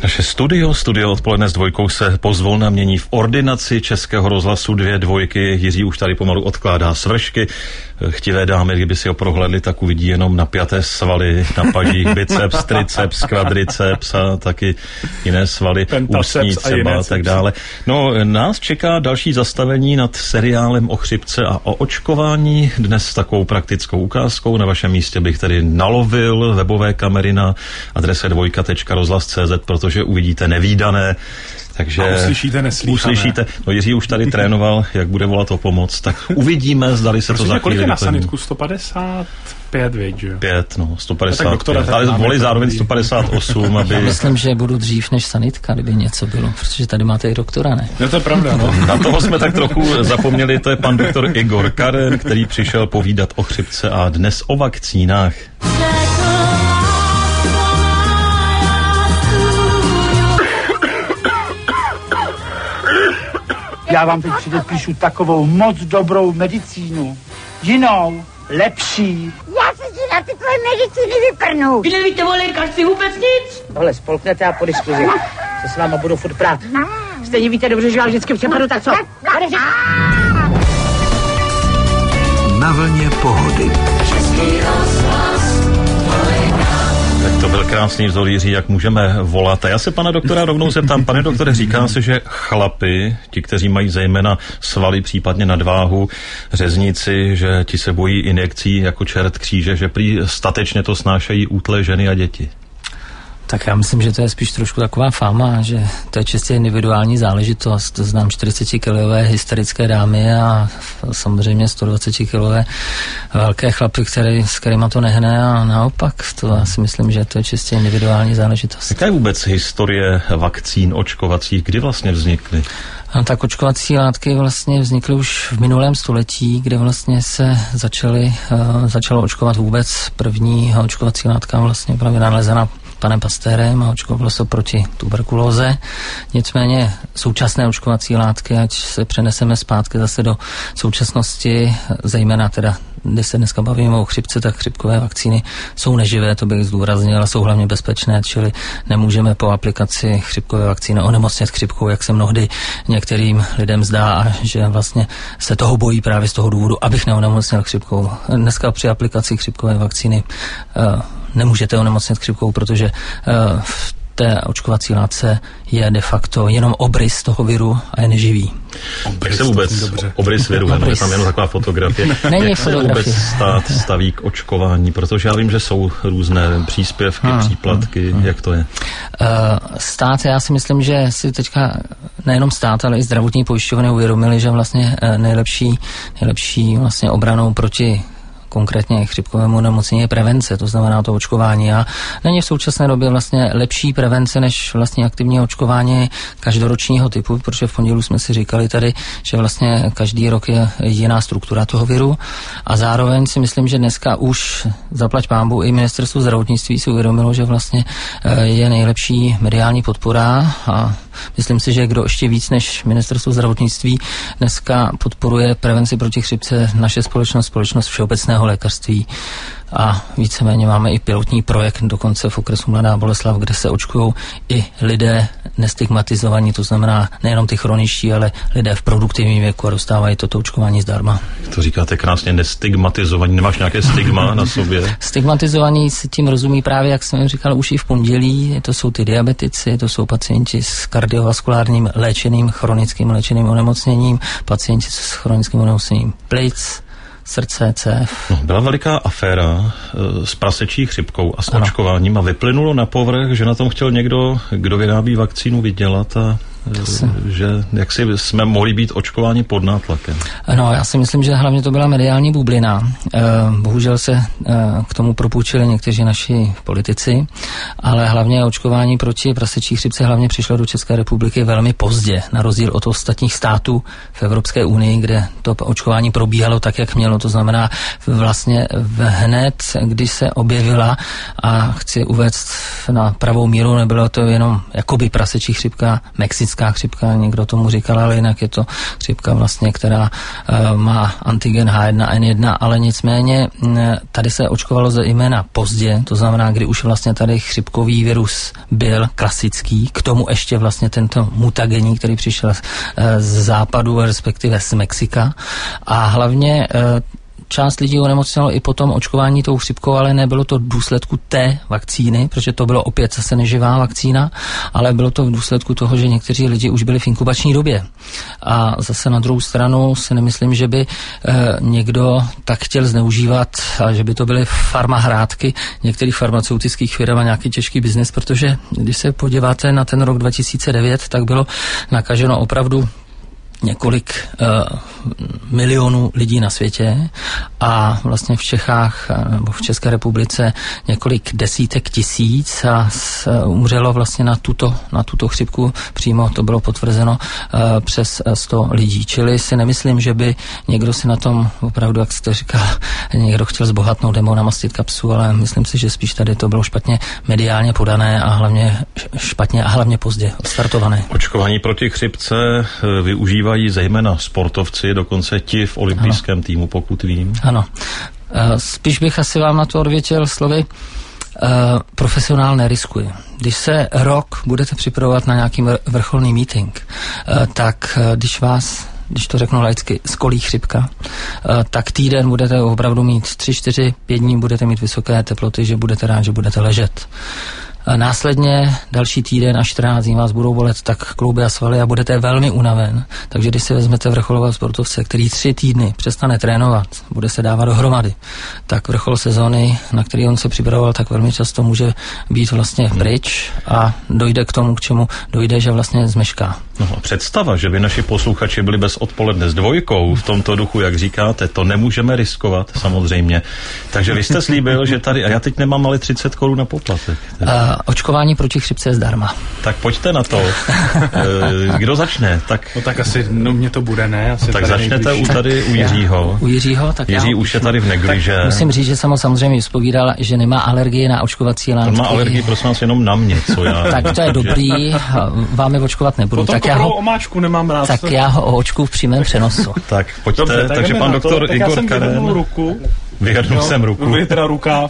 Naše studio odpoledne s dvojkou se pozvolna mění v ordinaci Českého rozhlasu 2 dvojky. Jiří už tady pomalu odkládá svršky. Chtivé dámy, kdyby si ho prohlédli, tak uvidí jenom napjaté svaly na pažích, biceps, triceps, kvadriceps a taky jiné svaly, ústní třeba a tak dále. No, nás čeká další zastavení nad seriálem o chřipce a o očkování. Dnes s takovou praktickou ukázkou. Na vašem místě bych tedy nalovil webové kamery na adrese dvojka.rozhlas.cz, protože uvidíte nevídané. Takže uslyšíte. No, Jiří už tady trénoval, jak bude volat o pomoc, tak uvidíme, zdali se to za chvíli kolik je na sanitku? 155, věď, že jo? 5, no, 155. Ale volí zároveň 158, aby... Já myslím, že budu dřív než sanitka, kdyby něco bylo, protože tady máte i doktora, ne? No to je pravda, no. Na toho jsme tak trochu zapomněli, to je pan doktor Igor Karen, který přišel povídat o chřipce a dnes o vakcínách. Já vám teď předepíšu takovou moc dobrou medicínu. Jinou, lepší. Já se ti na ty tvoje medicíny vyprnu. Vy nevíte o lékařství vůbec nic? Tohle spolknete a po diskuzi. Se s váma budu furt prát. Stejně víte dobře, že vám vždycky přepadu, tak co? Na vlně pohody. Tak to byl krásný vzor, Jiří, jak můžeme volat. A já se pana doktora rovnou zeptám. Pane doktore, říká se, že chlapi, ti, kteří mají zejména svaly, případně nadváhu, řezníci, že ti se bojí injekcí jako čert kříže, že prý statečně to snášejí útlé ženy a děti. Tak já myslím, že to je spíš trošku taková fáma, že to je čistě individuální záležitost. Znám 40-kilové hysterické dámy a samozřejmě 120-kilové velké chlapy, s kterýma to nehne a naopak. To já si myslím, že to je čistě individuální záležitost. Jaká je vůbec historie vakcín očkovacích? Kdy vlastně vznikly? No, tak očkovací látky vlastně vznikly už v minulém století, kde vlastně se začalo očkovat vůbec. První očkovací látka vlastně právě nalezena panem Pasteurem a očkovalo se proti tuberkulóze. Nicméně současné očkovací látky, ať se přeneseme zpátky zase do současnosti, zejména teda, když se dneska bavíme o chřipce, tak chřipkové vakcíny jsou neživé, to bych zdůraznil, ale jsou hlavně bezpečné, čili nemůžeme po aplikaci chřipkové vakcíny onemocnět chřipkou, jak se mnohdy některým lidem zdá, a že vlastně se toho bojí právě z toho důvodu, abych neonemocněl chřipkou. Dneska při aplikaci chřipkové vakcíny nemůžete onemocnit chřipkou, protože v té očkovací látce je de facto jenom obrys toho viru a je neživý. Jak se vůbec obrys viru, je tam jenom taková fotografie. Není se vůbec stát staví k očkování, protože já vím, že jsou různé příspěvky, příplatky, jak to je? Stát, já si myslím, že si teďka nejenom stát, ale i zdravotní pojišťovny uvědomili, že vlastně nejlepší vlastně obranou proti konkrétně chřipkovému onemocnění je prevence, to znamená to očkování. A není v současné době vlastně lepší prevence než vlastně aktivní očkování každoročního typu, protože v pondělí jsme si říkali tady, že vlastně každý rok je jiná struktura toho viru a zároveň si myslím, že dneska už zaplať pánbu i ministerstvo zdravotnictví si uvědomilo, že vlastně je nejlepší mediální podpora a myslím si, že kdo ještě víc než ministerstvo zdravotnictví dneska podporuje prevenci proti chřipce, naše společnost všeobecného lékařství. A víceméně máme i pilotní projekt dokonce v okresu Mladá Boleslav, kde se očkují i lidé nestigmatizovaní, to znamená nejenom ty chroničtí, ale lidé v produktivním věku a dostávají toto očkování zdarma. To říkáte krásně, nestigmatizovaní, nemáš nějaké stigma na sobě? Stigmatizovaní si tím rozumí právě, jak jsem říkal, už i v pondělí, to jsou ty diabetici, to jsou pacienti s kardiovaskulárním chronickým léčeným onemocněním, pacienti s chronickým onemocněním plic, srdce, cév. No, byla veliká aféra s prasečí chřipkou a s očkováním a vyplynulo na povrch, že na tom chtěl někdo, kdo vyrábí vakcínu, vydělat a že jaksi jsme mohli být očkováni pod nátlakem. No, já si myslím, že hlavně to byla mediální bublina. Bohužel se k tomu propůjčili někteří naši politici, ale hlavně očkování proti prasečí chřipce hlavně přišlo do České republiky velmi pozdě, na rozdíl od ostatních států v Evropské unii, kde to očkování probíhalo tak, jak mělo. To znamená vlastně hned, když se objevila, a chci uvést na pravou míru, nebylo to jenom jakoby prasečí chřipka, mexická chřipka, někdo tomu říkal, ale jinak je to chřipka vlastně, která má antigen H1N1, ale nicméně tady se očkovalo zejména pozdě, to znamená, kdy už vlastně tady chřipkový virus byl klasický, k tomu ještě vlastně tento mutagenní, který přišel z západu, respektive z Mexika, a hlavně část lidí onemocnělo i po tom očkování tou chřipkou, ale nebylo to v důsledku té vakcíny, protože to bylo opět zase neživá vakcína, ale bylo to v důsledku toho, že někteří lidi už byli v inkubační době. A zase na druhou stranu si nemyslím, že by někdo tak chtěl zneužívat, a že by to byly farmahrádky některých farmaceutických firm a nějaký těžký biznes, protože když se podíváte na ten rok 2009, tak bylo nakaženo opravdu několik milionů lidí na světě a vlastně v Čechách nebo v České republice několik desítek tisíc a umřelo vlastně na tuto chřipku přímo, to bylo potvrzeno, přes 100 lidí. Čili si nemyslím, že by někdo si na tom opravdu, jak jste říkal, někdo chtěl zbohatnout nebo namastit kapsu, ale myslím si, že spíš tady to bylo špatně mediálně podané a hlavně špatně a hlavně pozdě startované. Očkování proti chřipce využívají zejména sportovci, dokonce ti v olympijském týmu, pokud vím. Ano. Spíš bych asi vám na to odvětil slovy profesionál neriskuje. Když se rok budete připravovat na nějaký vrcholný meeting, tak když to řeknu laicky, skolí chřipka, tak týden budete opravdu mít 3, 4, 5 dní budete mít vysoké teploty, že budete rád, že budete ležet. Následně další týden a 14 dní vás budou bolet tak klouby a svaly a budete velmi unaven. Takže když si vezmete vrcholového sportovce, který 3 týdny přestane trénovat, bude se dávat dohromady, tak vrchol sezóny, na který on se připravoval, tak velmi často může být vlastně pryč a dojde k tomu, k čemu dojde, že vlastně zmešká. No, představa, že by naši posluchači byli bez odpoledne s dvojkou v tomto duchu, jak říkáte, to nemůžeme riskovat, samozřejmě. Takže vy jste slíbil, že tady, a já teď nemám ale 30 korun na poplatek. Očkování proti chřipce je zdarma. Tak pojďte na to. Kdo začne? No tak asi, mě to bude, ne? Asi tak začnete u Jiřího. U Jiřího, tak Jiří už je tady v negliže. Musím říct, že jsem samozřejmě vyspovídal, že nemá alergii na očkovací látky. On má alergii, prosím vás, jenom na mě, co já. Tak to je dobrý, vám je očkovat nebudu. Potom tak já omáčku nemám rád. Tak já ho očku v přímém přenosu. Tak pojďte, dobře, takže pan doktor Igor Karen. Vyhrnul jsem ruku. Vy teda rukáv.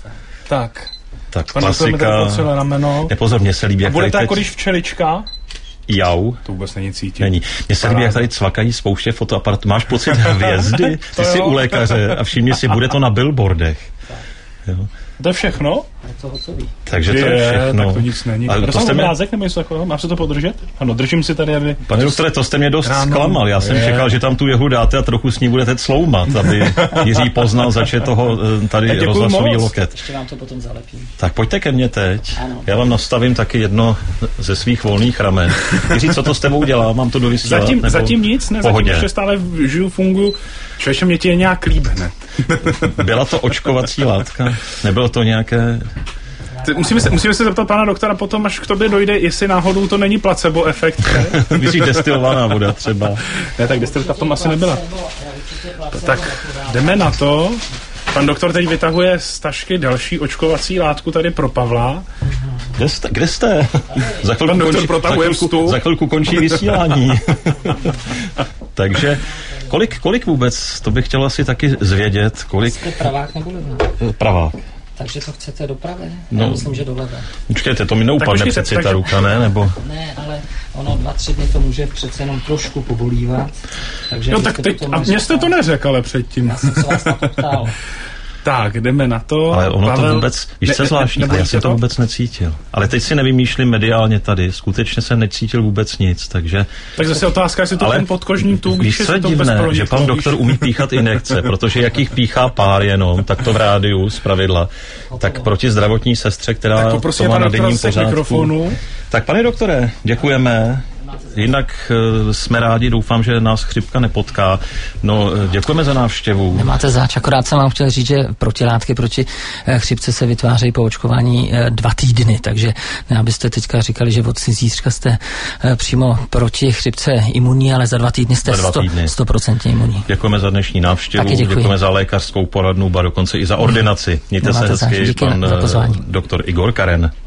Tak klasika. Nepozor, mně se líbí, jak bude to jako když včelička? Jau. To vůbec není cítit. Není. Mně se líbí, jak tady cvakají spouště fotoaparatů. Máš pocit hvězdy? Ty jsi u lékaře a všimni si, bude to na billboardech. Jo. To je všechno? Je to hotový. Takže to je všechno. Tak to nic není. Ale to jste obrázek nebo něco takového? Mám se to podržet? Ano, držím si tady, aby... Pane doktore, to jste mě dost zklamal. Já jsem čekal, že tam tu jehlu dáte a trochu s ní budete cloumat, aby Jiří poznal začet toho tady rozhlasový loket. Ještě vám to potom zalepím. Tak pojďte ke mně teď. Ano. Já vám nastavím taky jedno ze svých volných ramen. Jiří, co to s tebou dělá? Mám to dovysílat? Zatím nic, ne? Zatím ještě stále žiju, funguju. Člověče, mě ti je nějak líp hned. Byla to očkovací látka? Nebylo to nějaké... Musíme se zeptat pana doktora potom, až k tobě dojde, jestli náhodou to není placebo efekt. Myslíš destilovaná voda třeba? Ne, tak destilka v tom asi nebyla. Tak jdeme na to. Pan doktor teď vytahuje z tašky další očkovací látku tady pro Pavla. Kde jste? Za chvilku končí vysílání. Takže kolik vůbec, to bych chtěl asi taky zvědět, kolik... Jste pravák nebo levná? Pravák. Takže to chcete dopravit? No, já myslím, že do levé. Počkejte, to mi neupadne přeci ta ruka, ne? Nebo... Ne, ale ono 2-3 dny to může přece jenom trošku pobolívat. Takže no tak teď, a mě jste to neřekl, ale předtím. Já jsem se vás na to ptal. Tak, jdeme na to. Ale ono Pavel, to vůbec, víš co zvláštní, já jsem to vůbec necítil. Ale teď si nevymýšlím mediálně tady, skutečně jsem necítil vůbec nic, takže... Tak zase otázka, jestli to ten podkožní tůk, když je to divné, že pan doktor umí píchat injekce, protože jak jich píchá pár jenom, tak to v rádiu zpravidla, tak proti zdravotní sestře, která to má na denním pořádku. Tak pane doktore, děkujeme. Jinak jsme rádi, doufám, že nás chřipka nepotká. No, děkujeme za návštěvu. Nemáte zač, akorát jsem vám chtěl říct, že protilátky proti chřipce se vytvářejí po očkování 2 týdny, takže ne, abyste teďka říkali, že od zítřka jste přímo proti chřipce imunní, ale za 2 týdny jste 100% imunní. Děkujeme za dnešní návštěvu, děkujeme za lékařskou poradnu, a dokonce i za ordinaci. Mějte se hezky, pan doktor Igor Karen.